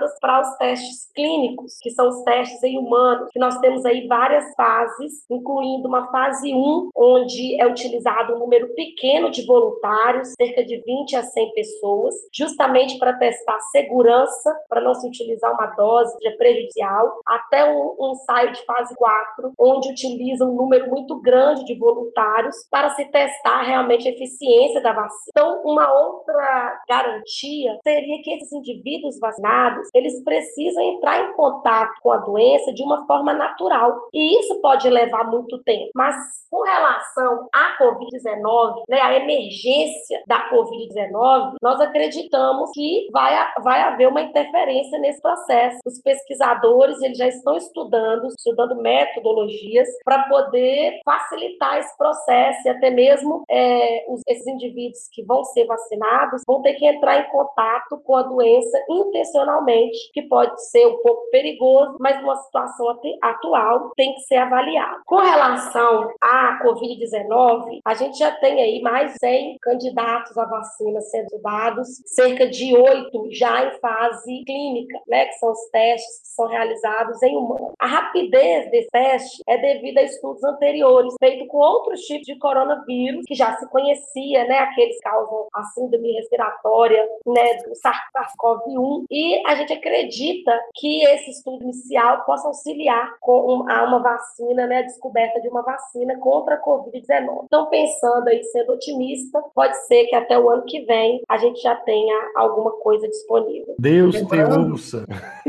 B: voltadas para os testes clínicos, que são os testes em humanos, que nós temos aí várias fases, incluindo uma fase um, onde é utilizado um número pequeno de voluntários, cerca de vinte a cem pessoas, justamente para testar segurança, para não se utilizar uma dose que é prejudicial, até um, um ensaio de fase quatro, onde utiliza um número muito grande de voluntários para se testar realmente a eficiência da vacina. Então, uma outra garantia seria que esses indivíduos vacinados, eles precisam entrar em contato com a doença de uma forma natural. E isso pode levar muito tempo. Mas, com relação à covid dezenove, né, a emergência da covid dezenove, nós acreditamos que vai, vai haver uma interferência nesse processo. Os pesquisadores, eles já estão estudando, estudando metodologias para poder facilitar esse processo e até mesmo é, os, esses indivíduos que vão ser vacinados vão ter que entrar em contato com a doença intencionalmente, que pode ser um pouco perigoso, mas numa situação atual tem que ser avaliado. Com relação à covid dezenove, a gente já tem aí mais de cem candidatos à vacina sendo estudados, cerca de oito já em fase clínica, né, que são os testes que são realizados em humanos. A rapidez desse teste é devido a estudos anteriores, feitos com outros tipos de coronavírus, que já se conhecia, né, aqueles que causam a síndrome respiratória, né, do SARS-CoV um, e a gente acredita que esse estudo inicial possa auxiliar com um, a uma vacina, né, a descoberta de uma vacina contra a covid dezenove. Então, pensando aí, sendo otimista, pode ser que até o ano que vem a gente já tenha alguma coisa disponível.
A: Deus te ouça.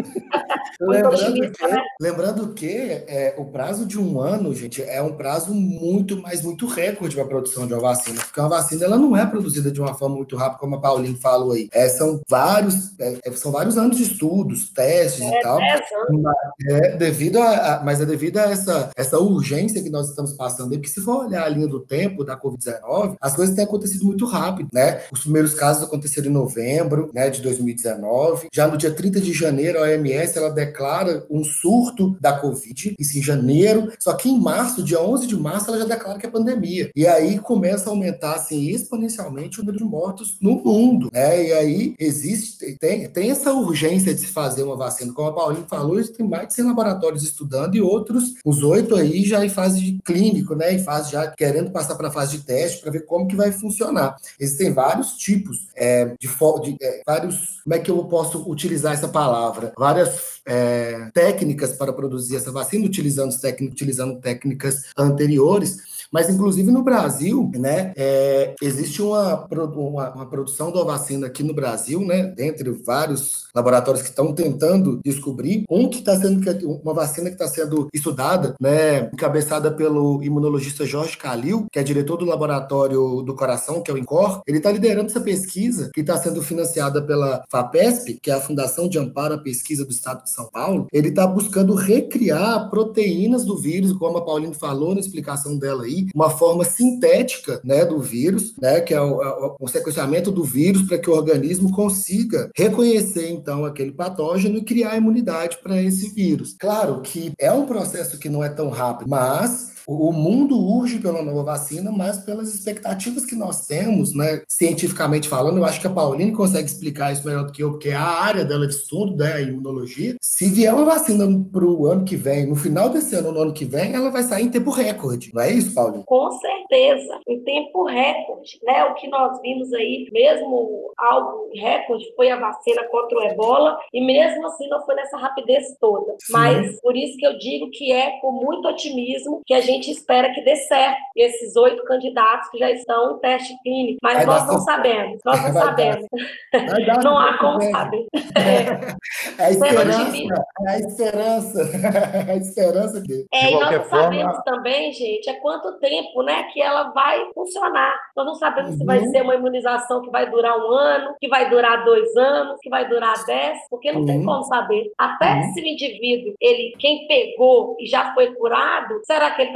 C: Lembrando que, né? lembrando que é, o prazo de um ano, gente, é um prazo muito, mas muito recorde para a produção de uma vacina, porque uma vacina ela não é produzida de uma forma muito rápida, como a Pauline falou aí. É, são, vários, é, são vários anos de estudos, testes é, e tal. Mas é, devido a, a, mas é devido a essa, essa urgência que nós estamos passando aí, porque se for olhar a linha do tempo da covid dezenove, as coisas têm acontecido muito rápido, né? Os primeiros casos aconteceram em novembro, né, de dois mil e dezenove. Já no dia trinta de janeiro, a O M S ela declara um surto da Covid, isso em janeiro, só que em março, dia onze de março, ela já declara que é pandemia. E aí começa a aumentar, assim, exponencialmente o número de mortos no mundo, né? E aí existe, tem, tem essa urgência de se fazer uma vacina. Como a Pauline falou, tem mais de cem laboratórios estudando e outros, os oito aí já em fase de clínico, né? Em fase já querendo passar para a fase de teste para ver como que vai funcionar. Existem vários tipos é, de, de é, vários, como é que eu posso utilizar essa palavra? Várias É, técnicas para produzir essa vacina, utilizando, técnicas, utilizando técnicas anteriores, mas inclusive no Brasil, né, é, existe uma, uma, uma produção da vacina aqui no Brasil, né, dentre vários laboratórios que estão tentando descobrir, um que está sendo, uma vacina que está sendo estudada, né, encabeçada pelo imunologista Jorge Calil, que é diretor do laboratório do coração, que é o INCOR. Ele está liderando essa pesquisa, que está sendo financiada pela FAPESP, que é a Fundação de Amparo à Pesquisa do Estado de São Paulo. Ele está buscando recriar proteínas do vírus, como a Pauline falou na explicação dela aí, uma forma sintética, né, do vírus, né, que é o, o, o sequenciamento do vírus para que o organismo consiga reconhecer, então, aquele patógeno e criar imunidade para esse vírus. Claro que é um processo que não é tão rápido, mas o mundo urge pela nova vacina, mas pelas expectativas que nós temos, né, cientificamente falando. Eu acho que a Pauline consegue explicar isso melhor do que eu, porque é a área dela de estudo, né, a imunologia. Se vier uma vacina para o ano que vem, no final desse ano, no ano que vem, ela vai sair em tempo recorde. Não é isso, Pauline?
B: Com certeza, em tempo recorde, né? O que nós vimos aí, mesmo algo recorde, foi a vacina contra o ebola, e mesmo assim não foi nessa rapidez toda. Sim. Mas por isso que eu digo que é com muito otimismo que a gente A gente espera que dê certo esses oito candidatos que já estão em teste clínico, mas vai nós não sabemos, nós não sabemos. Não há como saber.
C: É a esperança, é a esperança, é a esperança dele.
B: É, e nós não forma... sabemos também, gente, é quanto tempo, né, que ela vai funcionar. Nós não sabemos uhum. se vai ser uma imunização que vai durar um ano, que vai durar dois anos, que vai durar dez, porque não uhum. tem como saber. Até uhum. se o indivíduo, ele, quem pegou e já foi curado, será que ele está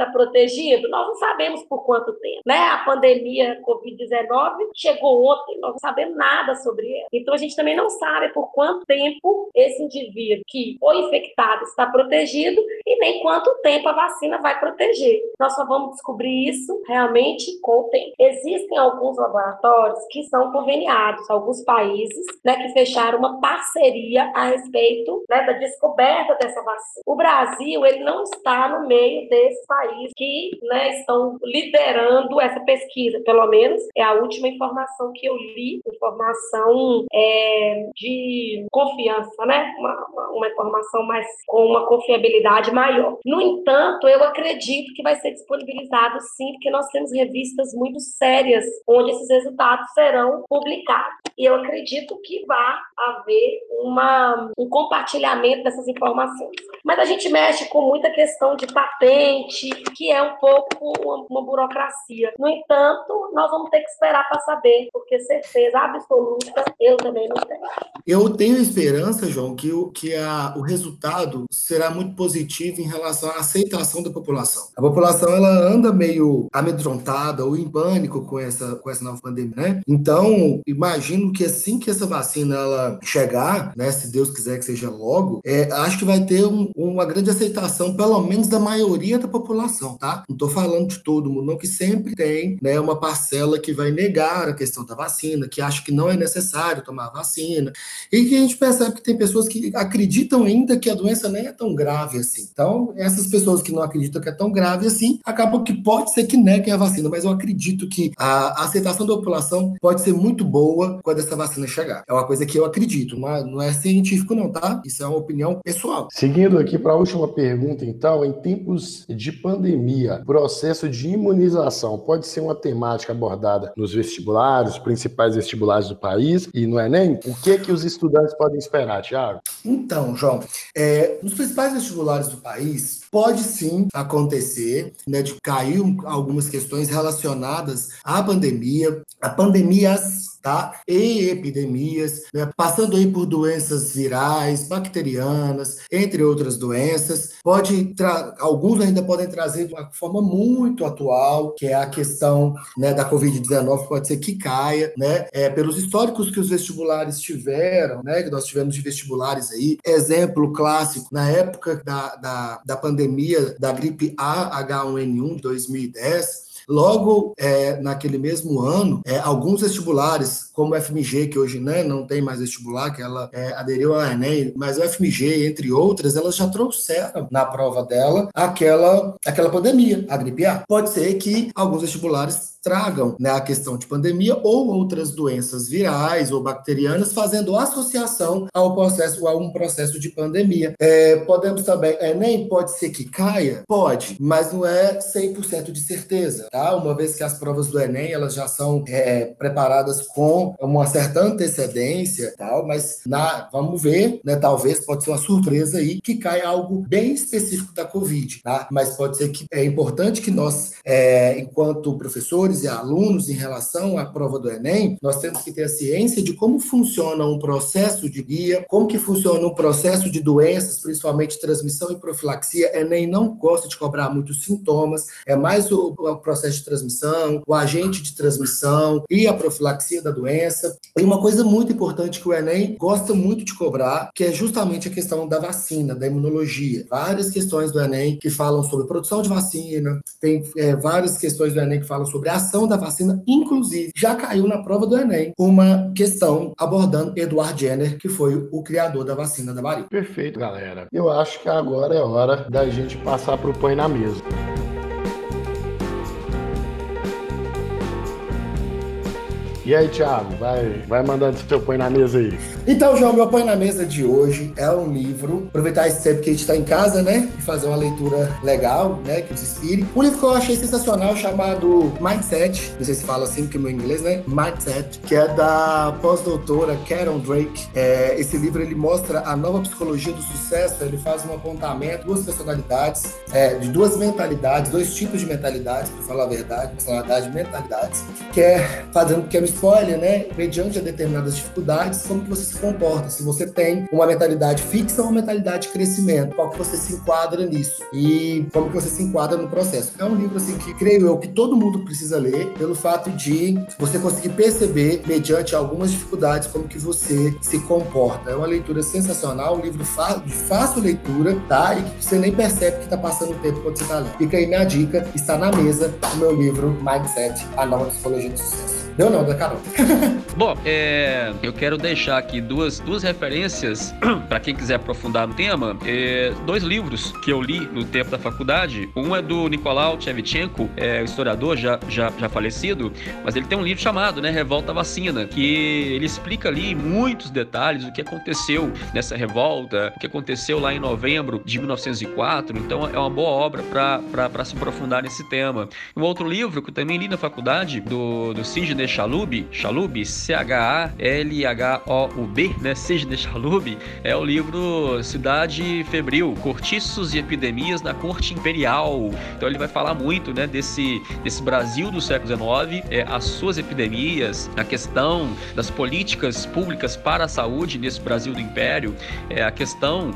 B: protegido? Nós não sabemos por quanto tempo, né? A pandemia covid dezenove chegou ontem, nós não sabemos nada sobre ela. Então, a gente também não sabe por quanto tempo esse indivíduo que foi infectado está protegido e nem quanto tempo a vacina vai proteger. Nós só vamos descobrir isso realmente com o tempo. Existem alguns laboratórios que são conveniados, alguns países, né, que fecharam uma parceria a respeito, né, da descoberta dessa vacina. O Brasil, ele não está no meio desses países que, né, estão liderando essa pesquisa, pelo menos é a última informação que eu li, informação é, de confiança, né, uma, uma, uma informação mais com uma confiabilidade maior. No entanto, eu acredito que vai ser disponibilizado sim, porque nós temos revistas muito sérias onde esses resultados serão publicados. E eu acredito que vai haver uma, um compartilhamento dessas informações. Mas a gente mexe com muita questão de patente, que é um pouco uma, uma burocracia. No entanto, nós vamos ter que esperar para saber, porque certeza absoluta eu também não tenho.
C: Eu tenho esperança, João, que, o, que a, o resultado será muito positivo em relação à aceitação da população. A população, ela anda meio amedrontada ou em pânico com essa, com essa nova pandemia, né? Então, imagino que assim que essa vacina ela chegar, né, se Deus quiser que seja logo, é, acho que vai ter um, uma grande aceitação, pelo menos da maioria da população, tá? Não estou falando de todo mundo, não, que sempre tem, né, uma parcela que vai negar a questão da vacina, que acha que não é necessário tomar a vacina, e que a gente percebe que tem pessoas que acreditam ainda que a doença nem é tão grave assim. Então, essas pessoas que não acreditam que é tão grave assim, acabam que pode ser que neguem a vacina, mas eu acredito que a aceitação da população pode ser muito boa quando essa vacina chegar. É uma coisa que eu acredito, não é, não é científico não, tá? Isso é uma opinião pessoal.
A: Seguindo aqui para a última pergunta, então, em tempos de pandemia, processo de imunização pode ser uma temática abordada nos vestibulares, os principais vestibulares do país e no Enem? O que que os estudantes podem esperar, Thiago?
C: Então, João, é, nos principais vestibulares do país, pode sim acontecer, né, de cair algumas questões relacionadas à pandemia, a pandemias, tá? E epidemias, né? Passando aí por doenças virais, bacterianas, entre outras doenças. Pode tra- alguns ainda podem trazer de uma forma muito atual, que é a questão, né, da covid dezenove, pode ser que caia, né? É, pelos históricos que os vestibulares tiveram, né, que nós tivemos de vestibulares aí, exemplo clássico, na época da, da, da pandemia da gripe A H um N um de dois mil e dez, logo, é, naquele mesmo ano, é, alguns vestibulares, como o F M G, que hoje, né, não tem mais vestibular, que ela é, aderiu ao Enem, mas o F M G, entre outras, elas já trouxeram na prova dela aquela, aquela pandemia, a gripe A. Pode ser que alguns vestibulares tragam, né, a questão de pandemia ou outras doenças virais ou bacterianas, fazendo associação ao processo, a um processo de pandemia. É, podemos também, Enem pode ser que caia? Pode, mas não é cem por cento de certeza, tá? Uma vez que as provas do Enem, elas já são é, preparadas com uma certa antecedência, tal, mas na, vamos ver, né, talvez pode ser uma surpresa aí, que caia algo bem específico da Covid, tá? Mas pode ser que é importante que nós, é, enquanto professores e alunos, em relação à prova do Enem, nós temos que ter a ciência de como funciona um processo de guia, como que funciona um processo de doenças, principalmente transmissão e profilaxia. Enem não gosta de cobrar muitos sintomas, é mais o, o processo de transmissão, o agente de transmissão e a profilaxia da doença. E uma coisa muito importante que o Enem gosta muito de cobrar, que é justamente a questão da vacina, da imunologia. Várias questões do Enem que falam sobre produção de vacina, tem é, várias questões do Enem que falam sobre a ação da vacina, inclusive já caiu na prova do Enem uma questão abordando Edward Jenner, que foi o criador da vacina da varíola.
A: Perfeito, galera. Eu acho que agora é hora da gente passar pro Põe na Mesa. E aí, Thiago, vai, vai mandando seu Põe na Mesa aí.
C: Então, João, meu Põe na Mesa de hoje é um livro, aproveitar esse tempo que a gente está em casa, né, e fazer uma leitura legal, né, que nos inspire. Um livro que eu achei sensacional, chamado Mindset, não sei se fala assim, porque é meu inglês, né, Mindset, que é da pós-doutora Karen Drake. É, esse livro, ele mostra a nova psicologia do sucesso, ele faz um apontamento, duas personalidades, é, de duas mentalidades, dois tipos de mentalidades, para falar a verdade, personalidade e mentalidades, que é fazendo, que é escolhe, né, mediante a determinadas dificuldades, como que você se comporta. Se você tem uma mentalidade fixa ou uma mentalidade de crescimento, qual que você se enquadra nisso e como que você se enquadra no processo. É um livro, assim, que creio eu que todo mundo precisa ler, pelo fato de você conseguir perceber, mediante algumas dificuldades, como que você se comporta. É uma leitura sensacional, um livro de fácil leitura, tá? E que você nem percebe que está passando o tempo quando você está lendo. Fica aí minha dica, está na mesa o meu livro Mindset, a nova psicologia do sucesso. Deu não, da Carol.
D: Bom, é, eu quero deixar aqui duas, duas referências para quem quiser aprofundar no tema. É, dois livros que eu li no tempo da faculdade. Um é do Nicolau Tchevchenko, é, historiador já, já, já falecido, mas ele tem um livro chamado, né, Revolta à Vacina, que ele explica ali em muitos detalhes o que aconteceu nessa revolta, o que aconteceu lá em novembro de mil novecentos e quatro. Então é uma boa obra para se aprofundar nesse tema. Um outro livro que eu também li na faculdade, do, do Sidney Chalhoub, Chalhoub, C H A L H O U B, né? Sidney Chalhoub, é o livro Cidade Febril, Cortiços e Epidemias na Corte Imperial. Então ele vai falar muito, né, desse, desse Brasil do século dezenove, é, as suas epidemias, a questão das políticas públicas para a saúde nesse Brasil do Império, é, a questão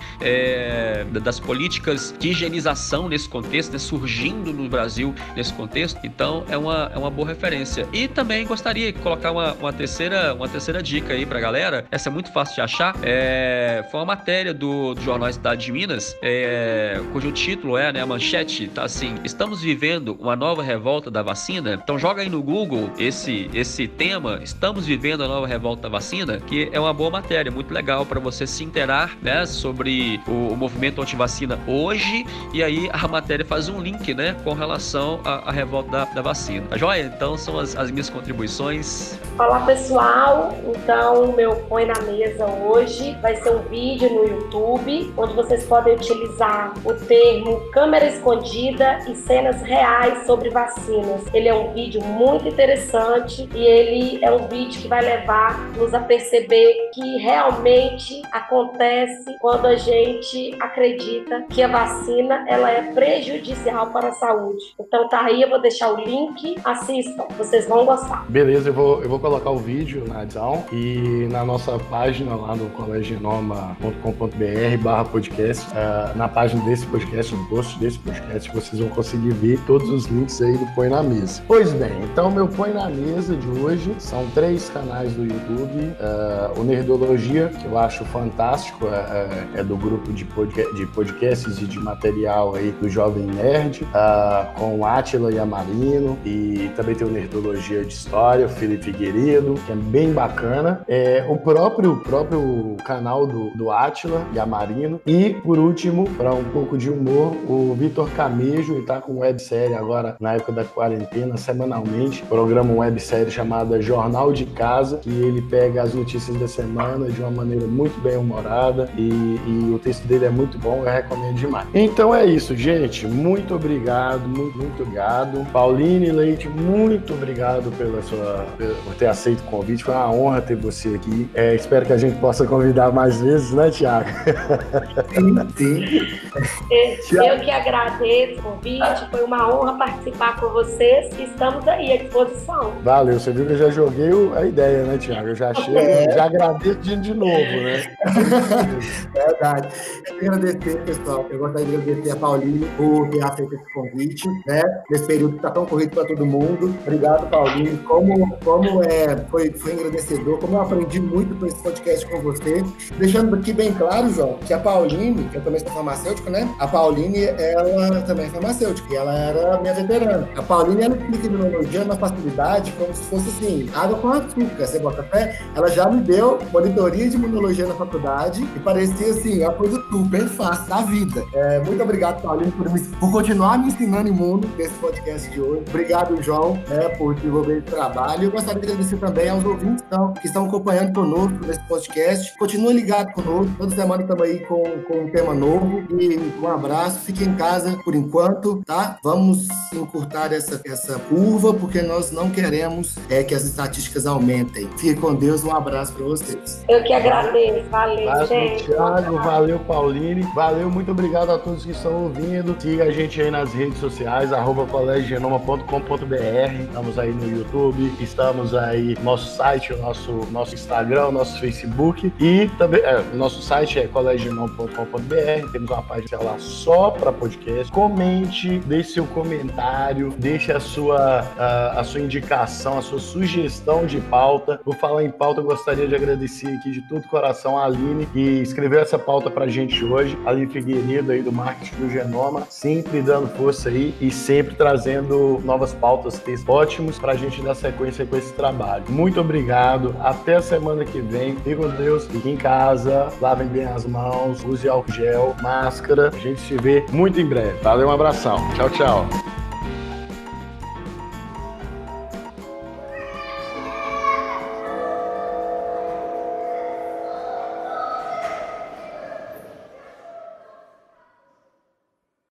D: é, das políticas de higienização nesse contexto, né, surgindo no Brasil nesse contexto. Então é uma, é uma boa referência. E também gostaria de colocar uma, uma, terceira, uma terceira dica aí pra galera. Essa é muito fácil de achar. É, foi uma matéria do, do Jornal Estado de Minas, é, cujo título é, né, a manchete, tá assim: estamos vivendo uma nova revolta da vacina. Então joga aí no Google esse, esse tema, estamos vivendo a nova revolta da vacina, que é uma boa matéria, muito legal para você se inteirar, né, sobre o, o movimento antivacina hoje, e aí a matéria faz um link, né, com relação à, à revolta da, da vacina. Tá joia? Então são as, as minhas contribuições.
B: Olá, pessoal. Então, meu Põe na Mesa hoje vai ser um vídeo no YouTube, onde vocês podem utilizar o termo câmera escondida e cenas reais sobre vacinas. Ele é um vídeo muito interessante e ele é um vídeo que vai levar-nos a perceber que realmente acontece quando a gente acredita que a vacina ela é prejudicial para a saúde. Então tá aí, eu vou deixar o link, assistam, vocês vão gostar.
A: Beleza, eu vou, eu vou colocar o vídeo na edição e na nossa página lá no colégio genoma ponto com ponto b r barra podcast, uh, na página desse podcast, no post desse podcast, vocês vão conseguir ver todos os links aí do Põe na Mesa. Pois bem, então meu Põe na Mesa de hoje são três canais do YouTube, uh, o Nerdologia, que eu acho fantástico, é, é do grupo de, podca- de podcasts e de material aí do Jovem Nerd, uh, com o Átila e a Marino, e também tem o Nerdologia de História, o Felipe Figueiredo, que é bem bacana, é, o próprio, próprio canal do, do Átila e a Marino, e por último, para um pouco de humor, o Vitor Camejo, ele tá com websérie agora na época da quarentena, semanalmente, programa uma websérie chamada Jornal de Casa, que ele pega as notícias da semana de uma maneira muito bem humorada e, e o texto dele é muito bom, eu recomendo demais. Então é isso, gente, muito obrigado, muito, muito obrigado. Pauline Leite, muito obrigado pela sua, por ter aceito o convite, foi uma honra ter você aqui. É, espero que a gente possa convidar mais vezes, né, Thiago?
C: Sim, sim.
B: Eu que agradeço o convite, foi uma honra participar com vocês e estamos aí à disposição.
A: Valeu, você viu que eu já joguei a ideia, né, Thiago? Eu já chego, é. já agradeço de, de novo, né?
C: Verdade. Eu quero agradecer, pessoal, eu gostaria de agradecer a Pauline por ter aceito esse convite, né? Nesse período que está tão corrido para todo mundo. Obrigado, Pauline. Como, como é, foi, foi engrandecedor, como eu aprendi muito com esse podcast com você. Deixando aqui bem claro, João, que a Pauline, que eu também sou farmacêutico, né? A Pauline, ela também é farmacêutica e ela era minha veterana. A Pauline, ela explica imunologia na facilidade como se fosse assim, água com açúcar, você bota fé? Ela já me deu monitoria de imunologia na faculdade e parecia assim, a coisa super fácil da vida. É, muito obrigado, Pauline, por, me, por continuar me ensinando imuno nesse podcast de hoje. Obrigado, João, né, por desenvolver esse trabalho. Eu gostaria de agradecer também aos ouvintes então, que estão acompanhando conosco nesse podcast. Continua ligado conosco. Toda semana estamos aí com, com um tema novo. E um abraço. Fique em casa por enquanto, tá? Vamos encurtar essa, essa curva, porque nós não queremos é, que as estatísticas aumentem. Fique com Deus. Um abraço para vocês.
B: Eu que agradeço. Valeu,
A: valeu,
B: gente.
A: Thiago. Valeu, Pauline. Valeu, muito obrigado a todos que estão ouvindo. Siga a gente aí nas redes sociais, arroba colégio genoma ponto com ponto b r. Estamos aí no YouTube, YouTube, estamos aí no nosso site, o nosso, nosso Instagram, o nosso Facebook e também, é, nosso site é colégio genoma ponto com ponto b r, temos uma página lá só para podcast. Comente, deixe seu comentário, deixe a sua, a, a sua indicação, a sua sugestão de pauta. Por falar em pauta, eu gostaria de agradecer aqui de todo o coração a Aline, que escreveu essa pauta pra gente hoje. Aline Figueiredo aí do Marketing do Genoma, sempre dando força aí e sempre trazendo novas pautas, textos ótimos pra gente dar sequência com esse trabalho. Muito obrigado, até a semana que vem. Fique com Deus, fique em casa, lavem bem as mãos, use álcool gel, máscara. A gente se vê muito em breve. Valeu, um abração. Tchau, tchau.